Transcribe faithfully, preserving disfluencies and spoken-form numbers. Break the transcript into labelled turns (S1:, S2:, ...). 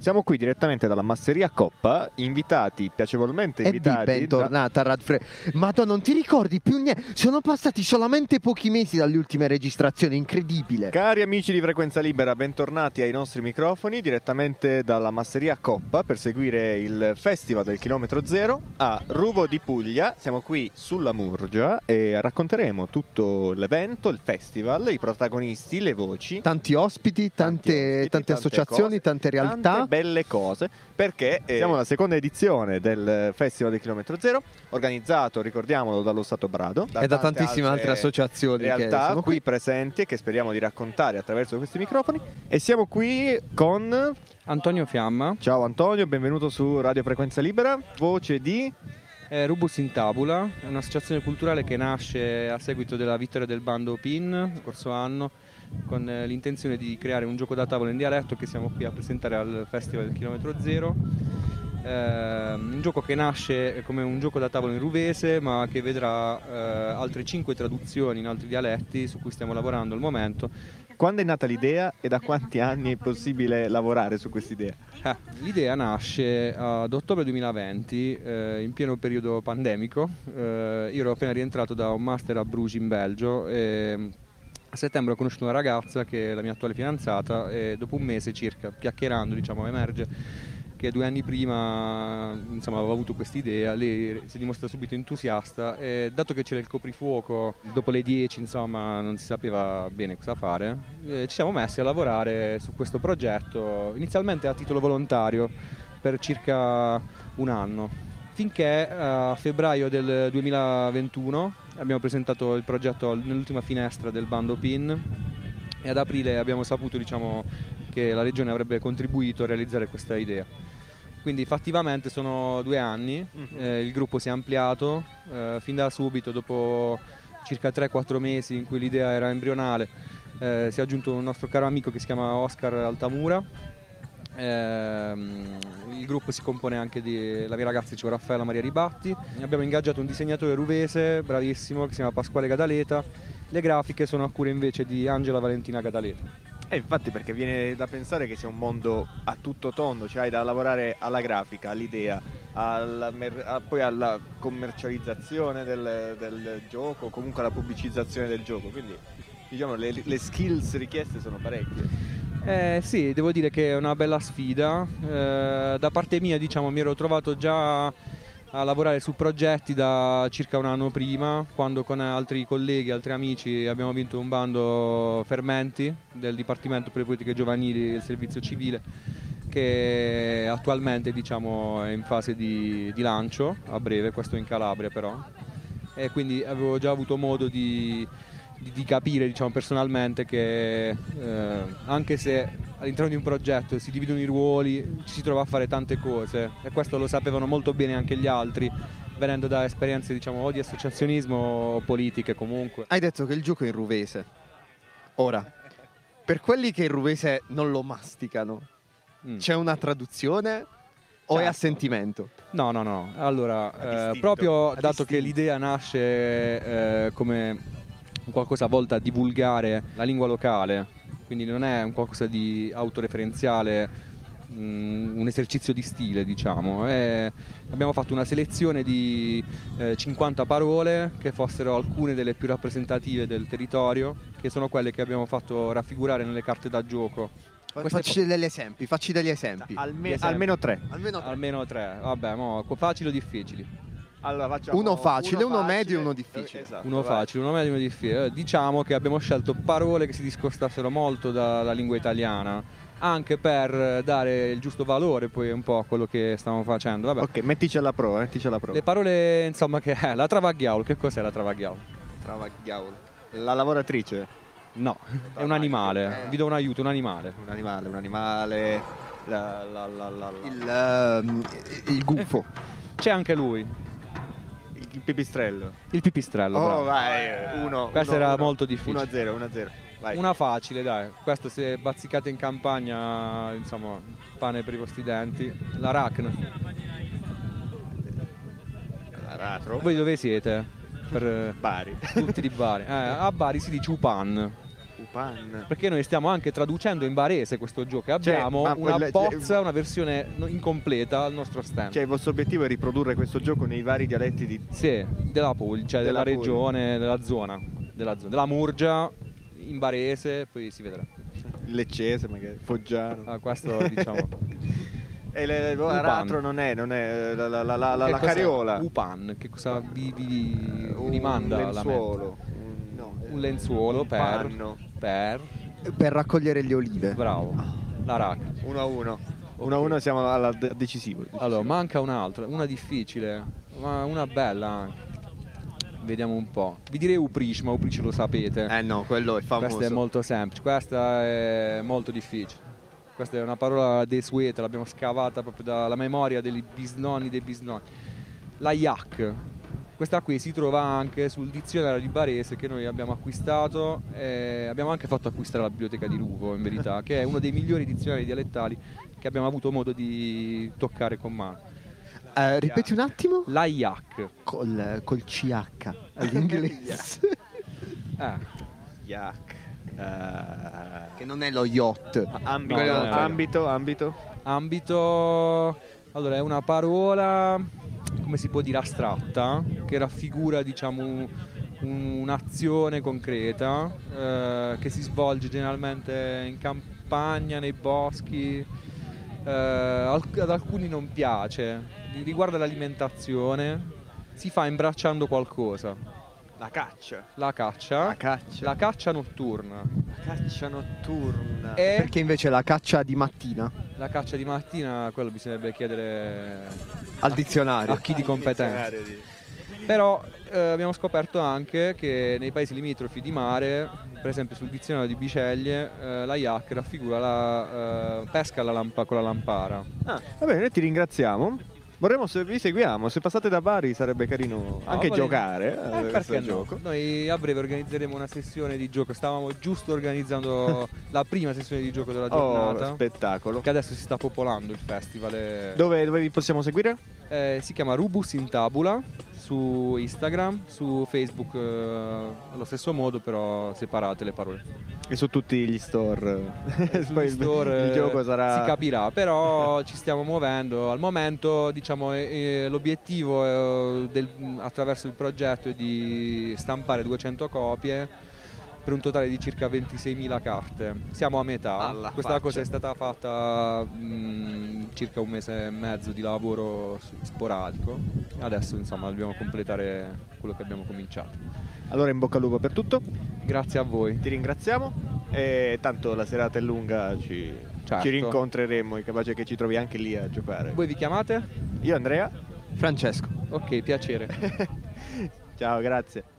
S1: Siamo qui direttamente dalla Masseria Coppa, invitati, piacevolmente invitati.
S2: E bentornata da... Radfre. Madonna, non ti ricordi più niente? Sono passati solamente pochi mesi dalle ultime registrazioni, incredibile.
S1: Cari amici di Frequenza Libera, bentornati ai nostri microfoni direttamente dalla Masseria Coppa per seguire il Festival del Chilometro Zero a Ruvo di Puglia. Siamo qui sulla Murgia e racconteremo tutto l'evento, il festival, i protagonisti, le voci.
S2: Tanti ospiti, tante,
S1: tanti ospiti,
S2: tante,
S1: tante
S2: associazioni,
S1: cose,
S2: tante realtà.
S1: Tante belle cose, perché eh, siamo alla seconda edizione del Festival del Chilometro Zero, organizzato, ricordiamolo, dallo Stato Brado
S2: da e da tantissime altre, altre associazioni
S1: realtà
S2: che sono
S1: qui
S2: qui
S1: presenti e che speriamo di raccontare attraverso questi microfoni. E siamo qui con
S3: Antonio Fiamma.
S1: Ciao Antonio, benvenuto su Radio Frequenza Libera, voce di
S3: eh, Rubus in Tabula, è un'associazione culturale che nasce a seguito della vittoria del bando P I N scorso anno, con eh, l'intenzione di creare un gioco da tavola in dialetto che siamo qui a presentare al Festival del Chilometro Zero. Eh, un gioco che nasce come un gioco da tavola in ruvese, ma che vedrà eh, altre cinque traduzioni in altri dialetti su cui stiamo lavorando al momento.
S1: Quando è nata l'idea e da quanti anni è possibile lavorare su quest'idea?
S3: Eh, l'idea nasce ad ottobre duemilaventi, eh, in pieno periodo pandemico. Eh, io ero appena rientrato da un master a Bruges in Belgio e a settembre ho conosciuto una ragazza che è la mia attuale fidanzata e dopo un mese circa, chiacchierando, diciamo, emerge che due anni prima, insomma, aveva avuto questa idea. Lei si dimostra subito entusiasta e dato che c'era il coprifuoco, dopo le dieci, insomma, non si sapeva bene cosa fare, eh, ci siamo messi a lavorare su questo progetto, inizialmente a titolo volontario, per circa un anno, finché a febbraio del duemilaventuno abbiamo presentato il progetto nell'ultima finestra del bando P I N e ad aprile abbiamo saputo, diciamo, che la Regione avrebbe contribuito a realizzare questa idea. Quindi fattivamente sono due anni, eh, il gruppo si è ampliato, eh, fin da subito, dopo circa tre quattro mesi in cui l'idea era embrionale, eh, si è aggiunto un nostro caro amico che si chiama Oscar Altamura. Eh, il gruppo si compone anche della mia ragazza, cioè Raffaella Maria Ribatti. Abbiamo ingaggiato un disegnatore ruvese bravissimo che si chiama Pasquale Gadaleta. Le grafiche sono a cura invece di Angela Valentina Gadaleta.
S1: E infatti, perché viene da pensare che sia un mondo a tutto tondo, cioè hai da lavorare alla grafica, all'idea, alla, a, poi alla commercializzazione del, del gioco, comunque alla pubblicizzazione del gioco, quindi diciamo le, le skills richieste sono parecchie.
S3: Eh, sì, devo dire che è una bella sfida. Eh, da parte mia, diciamo, mi ero trovato già a lavorare su progetti da circa un anno prima, quando con altri colleghi, altri amici abbiamo vinto un bando Fermenti del Dipartimento per le Politiche Giovanili e il Servizio Civile, che attualmente, diciamo, è in fase di, di lancio, a breve, questo in Calabria però, e quindi avevo già avuto modo di Di, di capire, diciamo, personalmente che eh, anche se all'interno di un progetto si dividono i ruoli, ci si trova a fare tante cose, e questo lo sapevano molto bene anche gli altri, venendo da esperienze, diciamo, o di associazionismo o politiche comunque.
S2: Hai detto che il gioco è in ruvese. Ora, per quelli che il ruvese non lo masticano, mm. c'è una traduzione o certo. è a sentimento?
S3: No, no, no. Allora, eh, proprio a dato distinto. Che l'idea nasce eh, come qualcosa volta a divulgare la lingua locale, quindi non è un qualcosa di autoreferenziale, um, un esercizio di stile, diciamo. È, abbiamo fatto una selezione di eh, cinquanta parole che fossero alcune delle più rappresentative del territorio, che sono quelle che abbiamo fatto raffigurare nelle carte da gioco.
S2: Facci degli esempi, facci degli esempi.
S1: Alme-
S3: esempi.
S1: Almeno tre.
S2: Almeno tre.
S3: Almeno tre. Vabbè, mo, facili o difficili?
S1: Allora, facciamo
S2: uno facile, uno,
S1: uno facile,
S2: medio e uno difficile.
S1: Esatto,
S3: uno
S1: vai.
S3: facile, uno medio e uno difficile. Diciamo che abbiamo scelto parole che si discostassero molto dalla lingua italiana, anche per dare il giusto valore poi un po' a quello che stiamo facendo. Vabbè.
S1: Ok, mettici alla prova, mettici alla prova.
S3: Le parole, insomma, che è la travaghiaul. Che cos'è la travaghiaul?
S1: Travaghiaul. La lavoratrice?
S3: No, è un animale.
S1: Eh.
S3: Vi do un aiuto, un animale.
S1: Un animale, un animale. La, la, la, la,
S2: la. Il, uh, il gufo.
S3: C'è anche lui.
S1: Il pipistrello.
S3: Il pipistrello,
S1: Oh,
S3: bravo.
S1: vai. Uno,
S3: Questo
S1: uno,
S3: era
S1: uno,
S3: molto difficile.
S1: uno a zero, uno a zero. Vai.
S3: Una facile, dai. Questo se bazzicate in campagna, insomma, pane per i vostri denti. L'aracno.
S1: L'aratro.
S3: Voi dove siete? Per
S1: Bari.
S3: tutti di Bari. Eh, a Bari si dice upan.
S1: Upan.
S3: Perché noi stiamo anche traducendo in barese questo gioco e abbiamo
S1: ma
S3: una
S1: quelle-
S3: bozza, una versione no- incompleta al nostro stand.
S1: Cioè il vostro obiettivo è riprodurre questo gioco nei vari dialetti di...
S3: Sì, della Puglia, cioè
S1: Della
S3: della
S1: Puglia.
S3: regione, della zona, della zona, della Murgia, in barese, poi si vedrà.
S1: Leccese, magari, Foggiano.
S3: Ah, questo diciamo.
S1: E le, le,
S3: Upan.
S1: l'altro non è, non è la, la, la, la, la
S3: Che cos'è?
S1: carriola.
S3: Upan, che cosa vi, vi
S1: Un
S3: rimanda alla mente?
S1: lenzuolo. Un, no,
S3: Un lenzuolo
S1: un
S3: per,
S1: panno.
S3: per,
S2: Per raccogliere le olive.
S3: bravo, la raca.
S1: Uno a uno. Uno a uno siamo alla de- decisivo. decisivo.
S3: Allora, manca un'altra, una difficile, ma una bella anche. Vediamo un po'. Vi direi Upric, ma Upric lo sapete.
S2: Eh no, quello è famoso.
S3: Questa è molto semplice, questa è molto difficile. Questa è una parola desueta, l'abbiamo scavata proprio dalla memoria dei bisnonni dei bisnonni. La yak. Questa qui si trova anche sul dizionario di barese che noi abbiamo acquistato e abbiamo anche fatto acquistare alla biblioteca di Ruvo, in verità, che è uno dei migliori dizionari dialettali che abbiamo avuto modo di toccare con mano.
S2: Eh, ripeti un attimo?
S3: La yak.
S2: Col, col C H all'inglese.
S3: Eh,
S1: Yak. Eh,
S2: Che non è lo yacht.
S1: ambito,
S3: No, no, no.
S1: ambito, ambito.
S3: ambito, allora è una parola, come si può dire, astratta, che raffigura, diciamo, un- un'azione concreta eh, che si svolge generalmente in campagna, nei boschi. Eh, alc- ad alcuni non piace, riguarda l'alimentazione, si fa imbracciando qualcosa.
S1: La caccia.
S3: La caccia,
S1: La caccia.
S3: la caccia notturna.
S1: caccia notturna.
S3: E
S2: Perché invece la caccia di mattina
S3: la caccia di mattina, quello bisognerebbe chiedere
S2: al
S3: a
S2: dizionario.
S3: chi di competenza.
S1: Dizionario di-
S3: Però eh, abbiamo scoperto anche che nei paesi limitrofi di mare, per esempio sul dizionario di Biceglie, eh, la yak raffigura la eh, pesca alla lampa- con la lampara.
S1: Ah, va bene, noi ti ringraziamo. Vorremmo se vi seguiamo, se passate da Bari sarebbe carino
S3: Ah,
S1: anche
S3: voglio-
S1: giocare
S3: Eh,
S1: a questo
S3: perché no?
S1: gioco.
S3: Noi a breve organizzeremo una sessione di gioco. Stavamo giusto organizzando la prima sessione di gioco della
S1: Oh,
S3: giornata.
S1: spettacolo.
S3: Che adesso si sta popolando il festival. e-
S1: Dove, dove vi possiamo seguire?
S3: Eh, si chiama Rubus in Tabula su Instagram, su Facebook eh, allo stesso modo, però separate le parole.
S1: E su tutti gli store.
S3: Sugli
S1: Poi il,
S3: store,
S1: il
S3: eh,
S1: gioco sarà...
S3: si capirà, però ci stiamo muovendo. Al momento, diciamo, eh, eh, l'obiettivo eh, del- attraverso il progetto è di stampare duecento copie per un totale di circa ventiseimila carte. Siamo a metà.
S1: Alla
S3: Questa
S1: faccia.
S3: cosa è stata fatta mh, circa un mese e mezzo di lavoro s- sporadico. Adesso, insomma, dobbiamo completare quello che abbiamo cominciato.
S1: Allora in bocca al lupo per tutto.
S3: Grazie a voi.
S1: Ti ringraziamo. E tanto la serata è lunga, ci,
S3: Certo.
S1: ci rincontreremo. È capace che ci trovi anche lì a giocare.
S3: Voi vi chiamate?
S1: Io Andrea.
S2: Francesco.
S3: Ok, piacere.
S1: Ciao, grazie.